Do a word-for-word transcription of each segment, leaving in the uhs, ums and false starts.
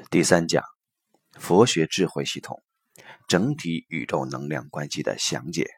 第三讲，佛学智慧系统，整体宇宙能量关系的详解。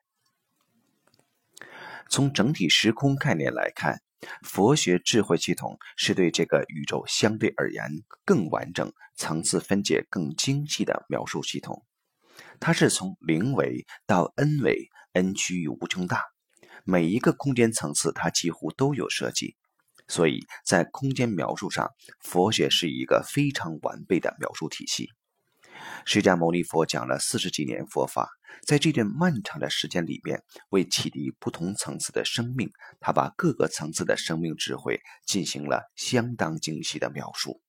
从整体时空概念来看，佛学智慧系统是对这个宇宙相对而言更完整、层次分解更精细的描述系统。它是从零维到 n 维 ，n 趋于无穷大，每一个空间层次它几乎都有涉及。所以在空间描述上，佛学是一个非常完备的描述体系。释迦牟尼佛讲了四十几年佛法，在这段漫长的时间里面，为启迪不同层次的生命，他把各个层次的生命智慧进行了相当精细的描述。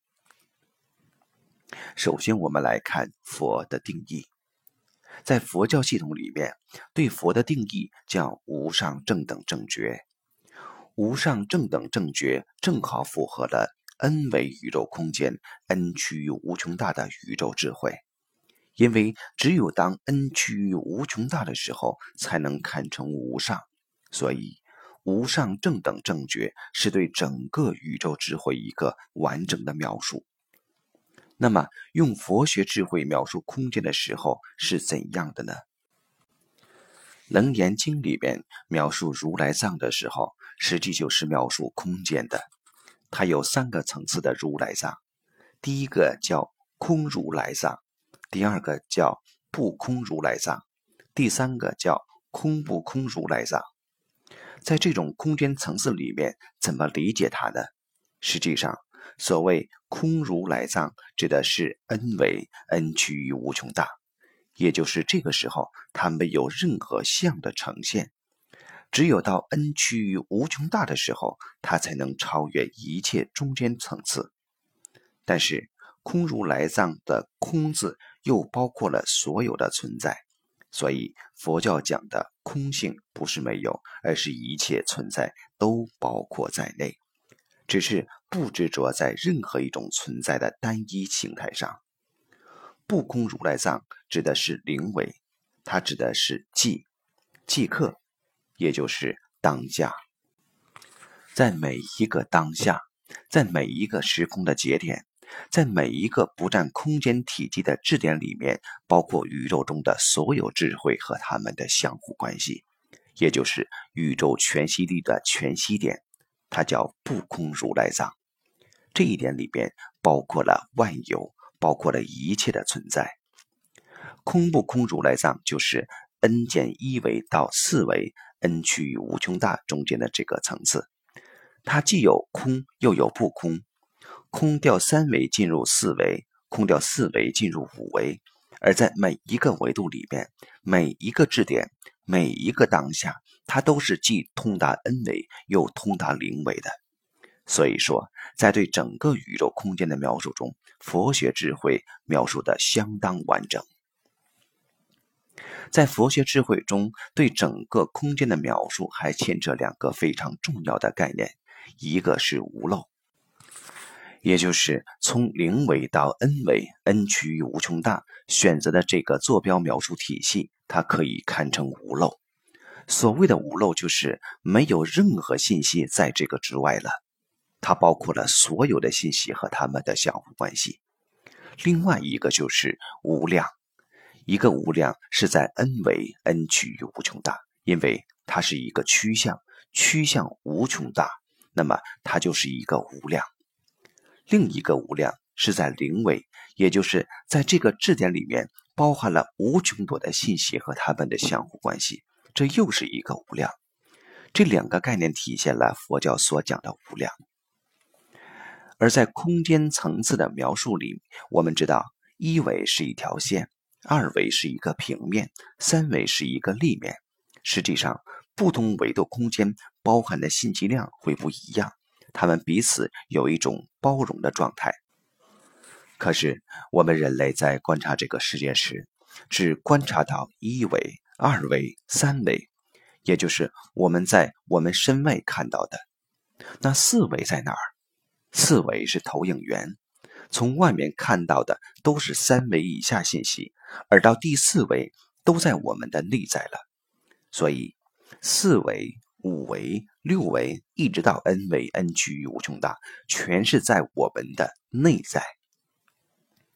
首先我们来看佛的定义。在佛教系统里面，对佛的定义叫无上正等正觉。无上正等正觉正好符合了 n 维宇宙空间 n 趋于无穷大的宇宙智慧。因为只有当 n 趋于无穷大的时候，才能看成无上，所以无上正等正觉是对整个宇宙智慧一个完整的描述。那么用佛学智慧描述空间的时候是怎样的呢？楞严经里边描述如来藏的时候，实际就是描述空间的。它有三个层次的如来藏，第一个叫空如来藏，第二个叫不空如来藏，第三个叫空不空如来藏。在这种空间层次里面，怎么理解它呢？实际上，所谓空如来藏指的是 n 维 n 趋于无穷大，也就是这个时候它没有任何相的呈现，只有到 n 趋于无穷大的时候，它才能超越一切中间层次。但是空如来藏的空字又包括了所有的存在，所以佛教讲的空性不是没有，而是一切存在都包括在内，只是不执着在任何一种存在的单一形态上。不空如来藏指的是零维，它指的是即即刻，也就是当下。在每一个当下，在每一个时空的节点，在每一个不占空间体积的质点里面，包括宇宙中的所有智慧和它们的相互关系，也就是宇宙全息力的全息点，它叫不空如来藏。这一点里边包括了万有，包括了一切的存在。空不空如来藏就是 n 减一维到四维 n 趋于无穷大中间的这个层次，它既有空又有不空，空掉三维进入四维，空掉四维进入五维，而在每一个维度里边，每一个质点，每一个当下，它都是既通达 n 维又通达零维的。所以说，在对整个宇宙空间的描述中，佛学智慧描述的相当完整。在佛学智慧中，对整个空间的描述还牵扯两个非常重要的概念，一个是无漏，也就是从零维到 n 维 n 趋于无穷大选择的这个坐标描述体系，它可以看成无漏。所谓的无漏就是没有任何信息在这个之外了，它包括了所有的信息和它们的相互关系。另外一个就是无量，一个无量是在 n 维 n 趋于无穷大，因为它是一个趋向，趋向无穷大，那么它就是一个无量。另一个无量是在零维，也就是在这个质点里面包含了无穷多的信息和它们的相互关系，这又是一个无量。这两个概念体现了佛教所讲的无量。而在空间层次的描述里，我们知道一维是一条线，二维是一个平面，三维是一个立面。实际上不同维度空间包含的信息量会不一样，它们彼此有一种包容的状态。可是我们人类在观察这个世界时，只观察到一维、二维、三维，也就是我们在我们身外看到的。那四维在哪儿？四维是投影源，从外面看到的都是三维以下信息，而到第四维都在我们的内在了。所以四维、五维、六维一直到 n 维 n 趋于无穷大，全是在我们的内在。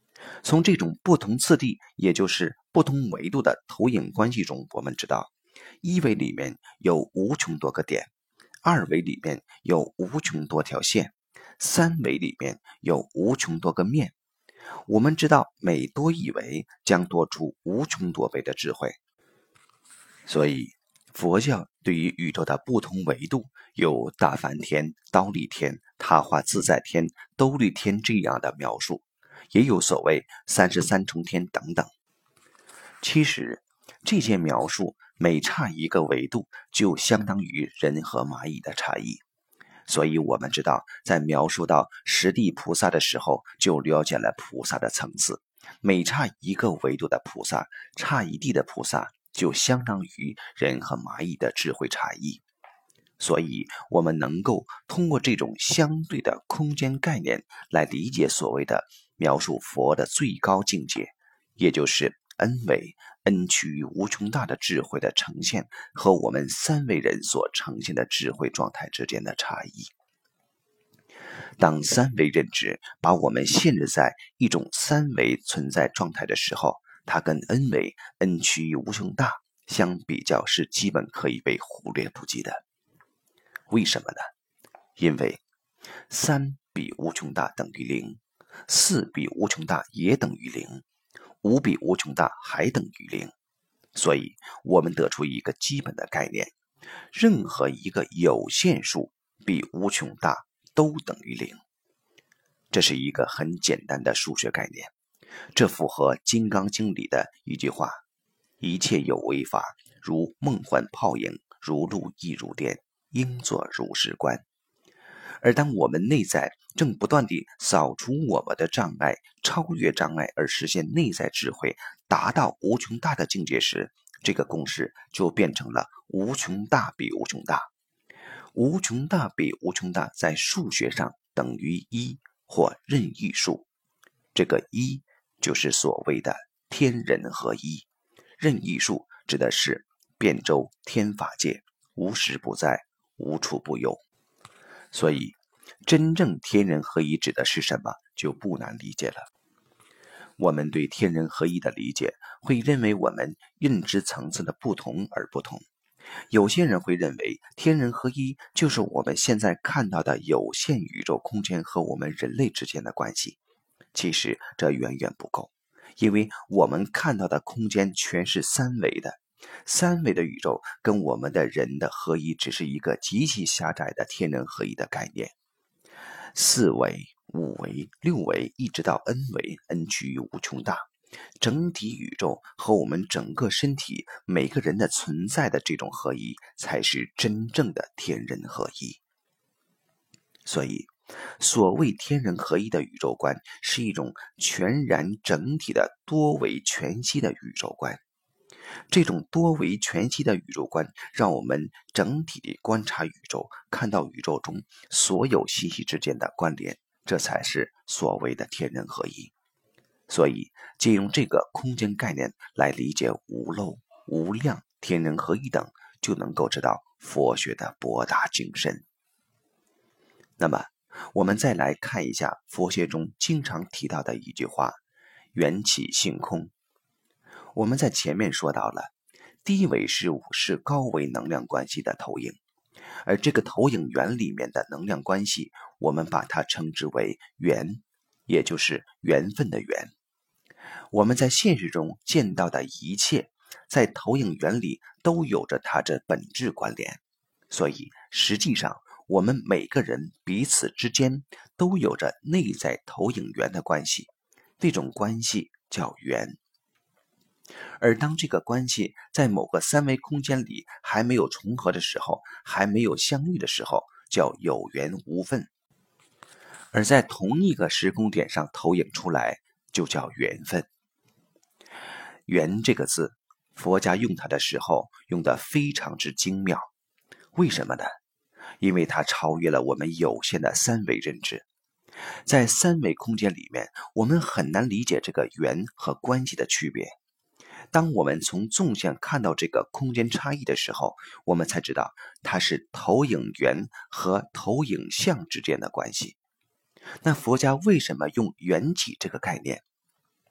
从这种不同次第，也就是不同维度的投影关系中，我们知道一维里面有无穷多个点，二维里面有无穷多条线，三维里面有无穷多个面。我们知道每多一维将多出无穷多维的智慧。所以佛教对于宇宙的不同维度有大梵天、忉利天、他化自在天、兜率天这样的描述，也有所谓三十三重天等等。其实这些描述每差一个维度就相当于人和蚂蚁的差异。所以我们知道，在描述到十地菩萨的时候，就了解了菩萨的层次。每差一个维度的菩萨，差一地的菩萨，就相当于人和蚂蚁的智慧差异。所以我们能够通过这种相对的空间概念来理解所谓的描述佛的最高境界，也就是 N 维 N 趋于无穷大的智慧的呈现和我们三维人所呈现的智慧状态之间的差异。当三维认知把我们限制在一种三维存在状态的时候，它跟 N 维 N 趋于无穷大相比较是基本可以被忽略不计的。为什么呢？因为三比无穷大等于零，四比无穷大也等于零，五比无穷大还等于零。所以我们得出一个基本的概念，任何一个有限数比无穷大都等于零。这是一个很简单的数学概念，这符合《金刚经》里的一句话：一切有为法，如梦幻泡影，如露亦如电，应作如是观。而当我们内在正不断地扫除我们的障碍，超越障碍而实现内在智慧，达到无穷大的境界时，这个公式就变成了无穷大比无穷大。无穷大比无穷大在数学上等于一或任意数，这个一就是所谓的天人合一，任意数指的是遍周天法界，无时不在，无处不有。所以真正天人合一指的是什么，就不难理解了。我们对天人合一的理解会认为我们认知层次的不同而不同。有些人会认为天人合一就是我们现在看到的有限宇宙空间和我们人类之间的关系。其实这远远不够，因为我们看到的空间全是三维的，三维的宇宙跟我们的人的合一只是一个极其狭窄的天人合一的概念。四维、五维、六维一直到 N 维 N 趋于无穷大，整体宇宙和我们整个身体每个人的存在的这种合一，才是真正的天人合一。所以所谓天人合一的宇宙观，是一种全然整体的多维全息的宇宙观。这种多维全息的宇宙观，让我们整体地观察宇宙，看到宇宙中所有信息之间的关联，这才是所谓的天人合一。所以借用这个空间概念来理解无漏、无量、天人合一等，就能够知道佛学的博大精深。那么我们再来看一下佛学中经常提到的一句话：缘起性空。我们在前面说到了，低维事物是高维能量关系的投影，而这个投影源里面的能量关系，我们把它称之为缘，也就是缘分的缘。我们在现实中见到的一切，在投影源里都有着它的本质关联，所以实际上我们每个人彼此之间都有着内在投影源的关系，这种关系叫缘。而当这个关系在某个三维空间里还没有重合的时候，还没有相遇的时候，叫有缘无分。而在同一个时空点上投影出来，就叫缘分。缘这个字，佛家用它的时候用得非常之精妙。为什么呢？因为它超越了我们有限的三维认知。在三维空间里面，我们很难理解这个缘和关系的区别。当我们从纵向看到这个空间差异的时候，我们才知道它是投影源和投影像之间的关系。那佛家为什么用缘起这个概念？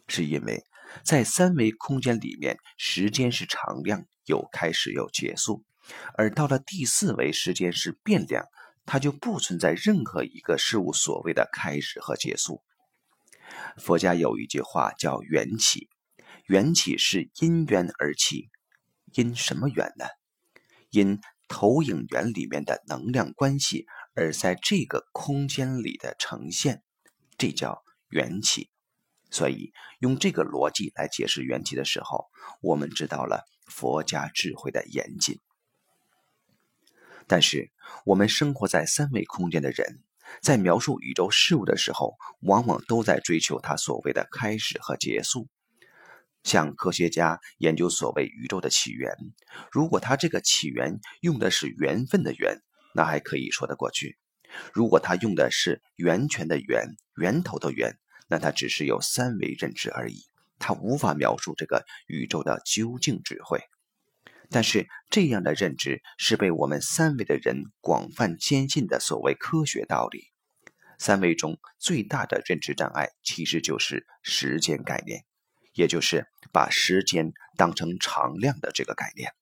是因为在三维空间里面，时间是常量，有开始有结束，而到了第四维，时间是变量，它就不存在任何一个事物所谓的开始和结束。佛家有一句话叫缘起，缘起是因缘而起，因什么缘呢？因投影源里面的能量关系而在这个空间里的呈现，这叫缘起。所以用这个逻辑来解释缘起的时候，我们知道了佛家智慧的严谨。但是我们生活在三维空间的人，在描述宇宙事物的时候，往往都在追求它所谓的开始和结束。像科学家研究所谓宇宙的起源，如果他这个起源用的是缘分的缘，那还可以说得过去；如果他用的是源泉的源，源头的源，那它只是有三维认知而已，它无法描述这个宇宙的究竟智慧。但是这样的认知是被我们三维的人广泛坚信的所谓科学道理。三维中最大的认知障碍其实就是时间概念，也就是把时间当成常量的这个概念。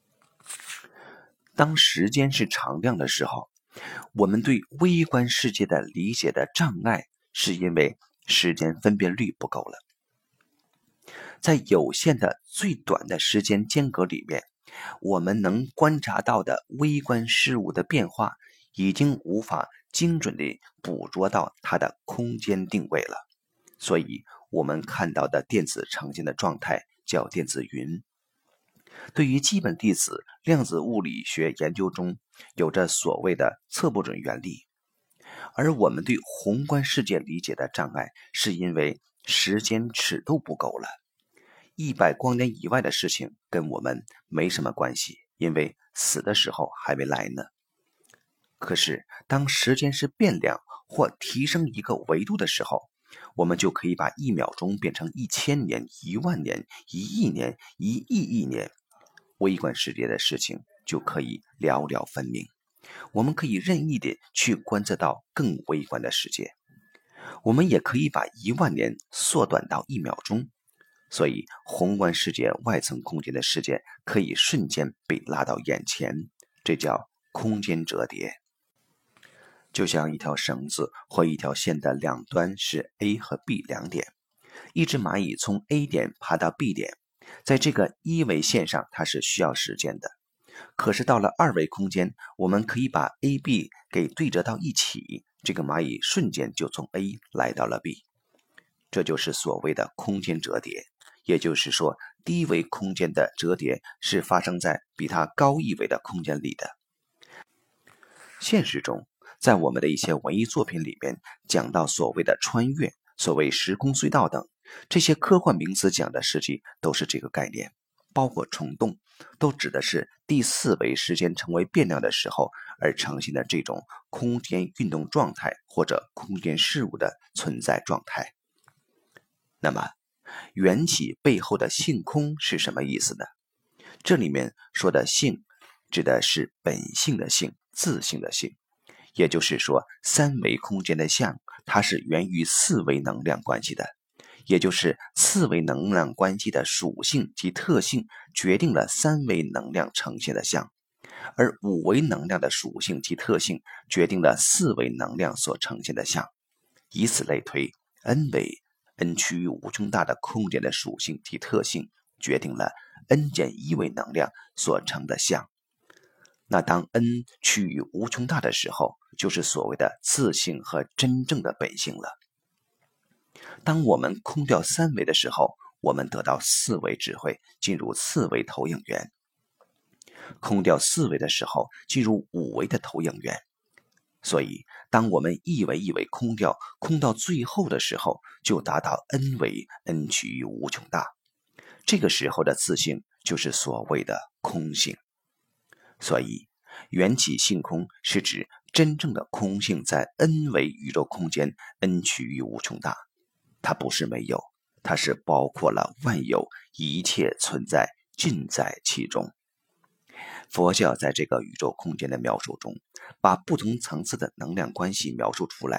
当时间是常量的时候，我们对微观世界的理解的障碍是因为时间分辨率不够了。在有限的最短的时间间隔里面，我们能观察到的微观事物的变化已经无法精准地捕捉到它的空间定位了，所以我们看到的电子呈现的状态叫电子云。对于基本粒子量子物理学研究中有着所谓的测不准原理，而我们对宏观世界理解的障碍是因为时间尺度不够了。一百光年以外的事情跟我们没什么关系，因为死的时候还没来呢。可是当时间是变量或提升一个维度的时候，我们就可以把一秒钟变成一千年、一万年、一亿年、一亿亿年，微观世界的事情就可以了了分明。我们可以任意地去观测到更微观的世界，我们也可以把一万年缩短到一秒钟。所以宏观世界外层空间的事件可以瞬间被拉到眼前，这叫空间折叠。就像一条绳子或一条线的两端是 A 和 B 两点，一只蚂蚁从 A 点爬到 B 点，在这个一维线上它是需要时间的。可是到了二维空间，我们可以把 A、B 给对折到一起，这个蚂蚁瞬间就从 A 来到了 B。这就是所谓的空间折叠，也就是说低维空间的折叠是发生在比它高一维的空间里的。现实中，在我们的一些文艺作品里面讲到所谓的穿越，所谓时空隧道等，这些科幻名词讲的实际都是这个概念，包括虫洞，都指的是第四维时间成为变量的时候而呈现的这种空间运动状态或者空间事物的存在状态。那么缘起背后的性空是什么意思呢？这里面说的性指的是本性的性，自性的性，也就是说三维空间的相它是源于四维能量关系的，也就是四维能量关系的属性及特性决定了三维能量呈现的相，而五维能量的属性及特性决定了四维能量所呈现的相，以此类推 n 维n 趋于无穷大的空间的属性及特性决定了 n 减一维能量所成的相。那当 n 趋于无穷大的时候，就是所谓的自性和真正的本性了。当我们空掉三维的时候，我们得到四维智慧，进入四维投影源；空掉四维的时候，进入五维的投影源。所以当我们一维一维空掉，空到最后的时候，就达到 n 维 n 趋于无穷大。这个时候的自性就是所谓的空性。所以缘起性空是指真正的空性在 n 维宇宙空间 n 趋于无穷大，它不是没有，它是包括了万有，一切存在尽在其中。佛教在这个宇宙空间的描述中，把不同层次的能量关系描述出来，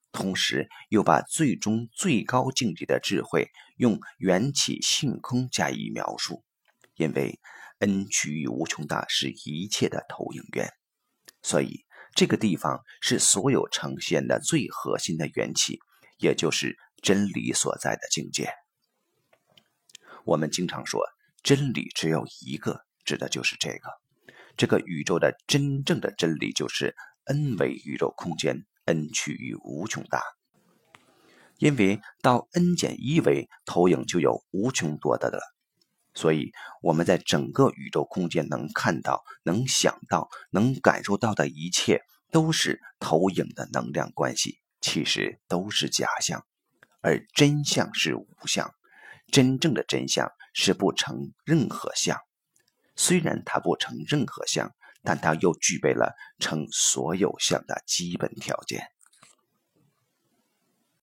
同时又把最终最高境界的智慧用缘起性空加以描述，因为 n 趋于无穷大是一切的投影源，所以这个地方是所有呈现的最核心的缘起，也就是真理所在的境界。我们经常说真理只有一个，指的就是这个。这个宇宙的真正的真理就是 n 维宇宙空间 n 趋于无穷大，因为到 n 减一维投影就有无穷多的了，所以我们在整个宇宙空间能看到、能想到、能感受到的一切都是投影的能量关系，其实都是假象，而真相是无相。真正的真相是不成任何相，虽然它不成任何相，但它又具备了成所有相的基本条件。